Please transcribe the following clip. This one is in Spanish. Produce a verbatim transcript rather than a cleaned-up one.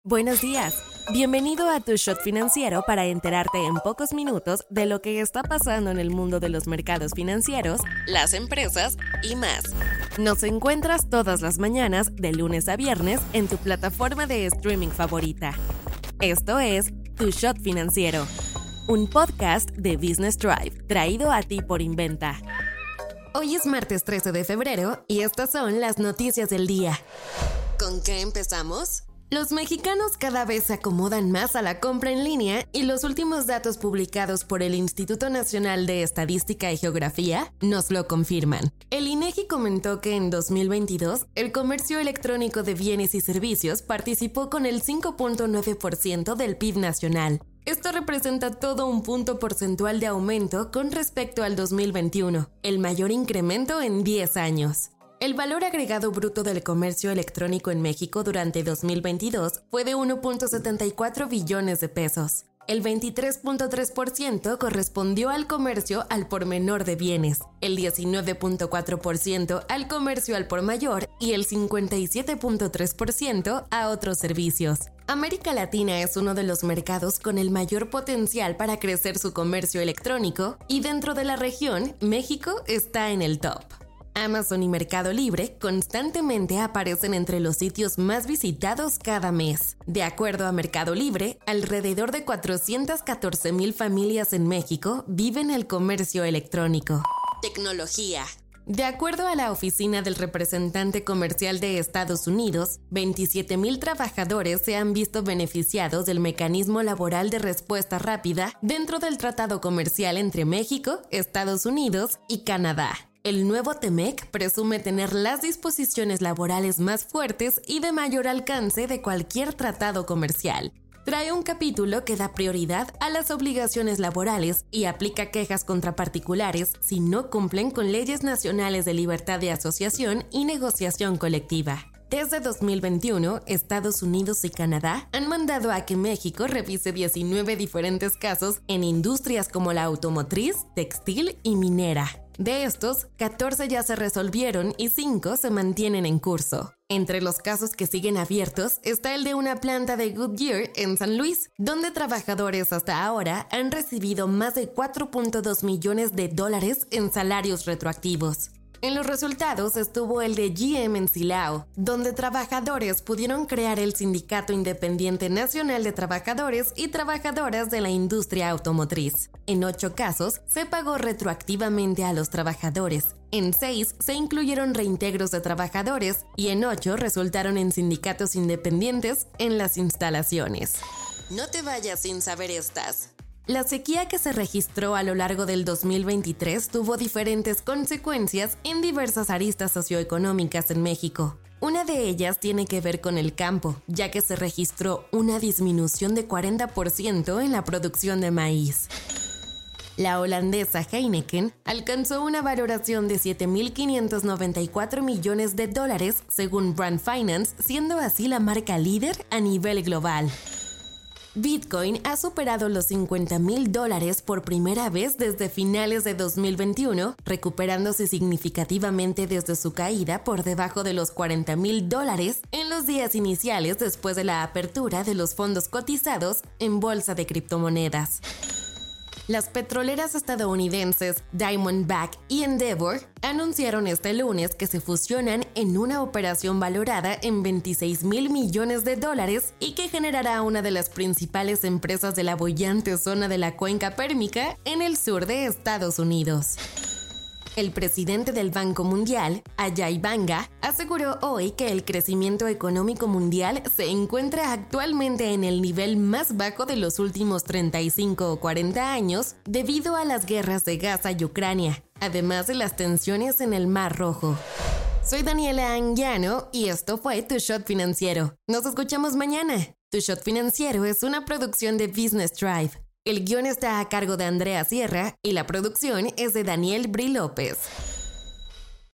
Buenos días. Bienvenido a Tu Shot Financiero para enterarte en pocos minutos de lo que está pasando en el mundo de los mercados financieros, las empresas y más. Nos encuentras todas las mañanas de lunes a viernes en tu plataforma de streaming favorita. Esto es Tu Shot Financiero, un podcast de Business Drive traído a ti por Inventa. Hoy es martes trece de febrero y estas son las noticias del día. ¿Con qué empezamos? Los mexicanos cada vez se acomodan más a la compra en línea y los últimos datos publicados por el Instituto Nacional de Estadística y Geografía nos lo confirman. El INEGI comentó que en dos mil veintidós el comercio electrónico de bienes y servicios participó con el cinco punto nueve por ciento del P I B nacional. Esto representa todo un punto porcentual de aumento con respecto al dos mil veintiuno, el mayor incremento en diez años. El valor agregado bruto del comercio electrónico en México durante dos mil veintidós fue de uno punto setenta y cuatro billones de pesos. El veintitrés punto tres por ciento correspondió al comercio al por menor de bienes, el diecinueve punto cuatro por ciento al comercio al por mayor y el cincuenta y siete punto tres por ciento a otros servicios. América Latina es uno de los mercados con el mayor potencial para crecer su comercio electrónico y dentro de la región, México está en el top. Amazon y Mercado Libre constantemente aparecen entre los sitios más visitados cada mes. De acuerdo a Mercado Libre, alrededor de cuatrocientas catorce mil familias en México viven el comercio electrónico. Tecnología. De acuerdo a la Oficina del Representante Comercial de Estados Unidos, veintisiete mil trabajadores se han visto beneficiados del mecanismo laboral de respuesta rápida dentro del Tratado Comercial entre México, Estados Unidos y Canadá. El nuevo TEMEC presume tener las disposiciones laborales más fuertes y de mayor alcance de cualquier tratado comercial. Trae un capítulo que da prioridad a las obligaciones laborales y aplica quejas contra particulares si no cumplen con leyes nacionales de libertad de asociación y negociación colectiva. Desde dos mil veintiuno, Estados Unidos y Canadá han mandado a que México revise diecinueve diferentes casos en industrias como la automotriz, textil y minera. De estos, catorce ya se resolvieron y cinco se mantienen en curso. Entre los casos que siguen abiertos está el de una planta de Goodyear en San Luis, donde trabajadores hasta ahora han recibido más de cuatro punto dos millones de dólares en salarios retroactivos. En los resultados estuvo el de G M en Silao, donde trabajadores pudieron crear el Sindicato Independiente Nacional de Trabajadores y Trabajadoras de la Industria Automotriz. En ocho casos se pagó retroactivamente a los trabajadores, en seis se incluyeron reintegros de trabajadores y en ocho resultaron en sindicatos independientes en las instalaciones. No te vayas sin saber estas. La sequía que se registró a lo largo del dos mil veintitrés tuvo diferentes consecuencias en diversas aristas socioeconómicas en México. Una de ellas tiene que ver con el campo, ya que se registró una disminución de cuarenta por ciento en la producción de maíz. La holandesa Heineken alcanzó una valoración de siete mil quinientos noventa y cuatro millones de dólares según Brand Finance, siendo así la marca líder a nivel global. Bitcoin ha superado los cincuenta mil dólares por primera vez desde finales de dos mil veintiuno, recuperándose significativamente desde su caída por debajo de los cuarenta mil dólares en los días iniciales después de la apertura de los fondos cotizados en bolsa de criptomonedas. Las petroleras estadounidenses Diamondback y Endeavor anunciaron este lunes que se fusionan en una operación valorada en veintiséis mil millones de dólares y que generará una de las principales empresas de la boyante zona de la cuenca pérmica en el sur de Estados Unidos. El presidente del Banco Mundial, Ajay Banga, aseguró hoy que el crecimiento económico mundial se encuentra actualmente en el nivel más bajo de los últimos treinta y cinco o cuarenta años debido a las guerras de Gaza y Ucrania, además de las tensiones en el Mar Rojo. Soy Daniela Anguiano y esto fue Tu Shot Financiero. Nos escuchamos mañana. Tu Shot Financiero es una producción de Business Drive. El guión está a cargo de Andrea Sierra y la producción es de Daniel Bri López.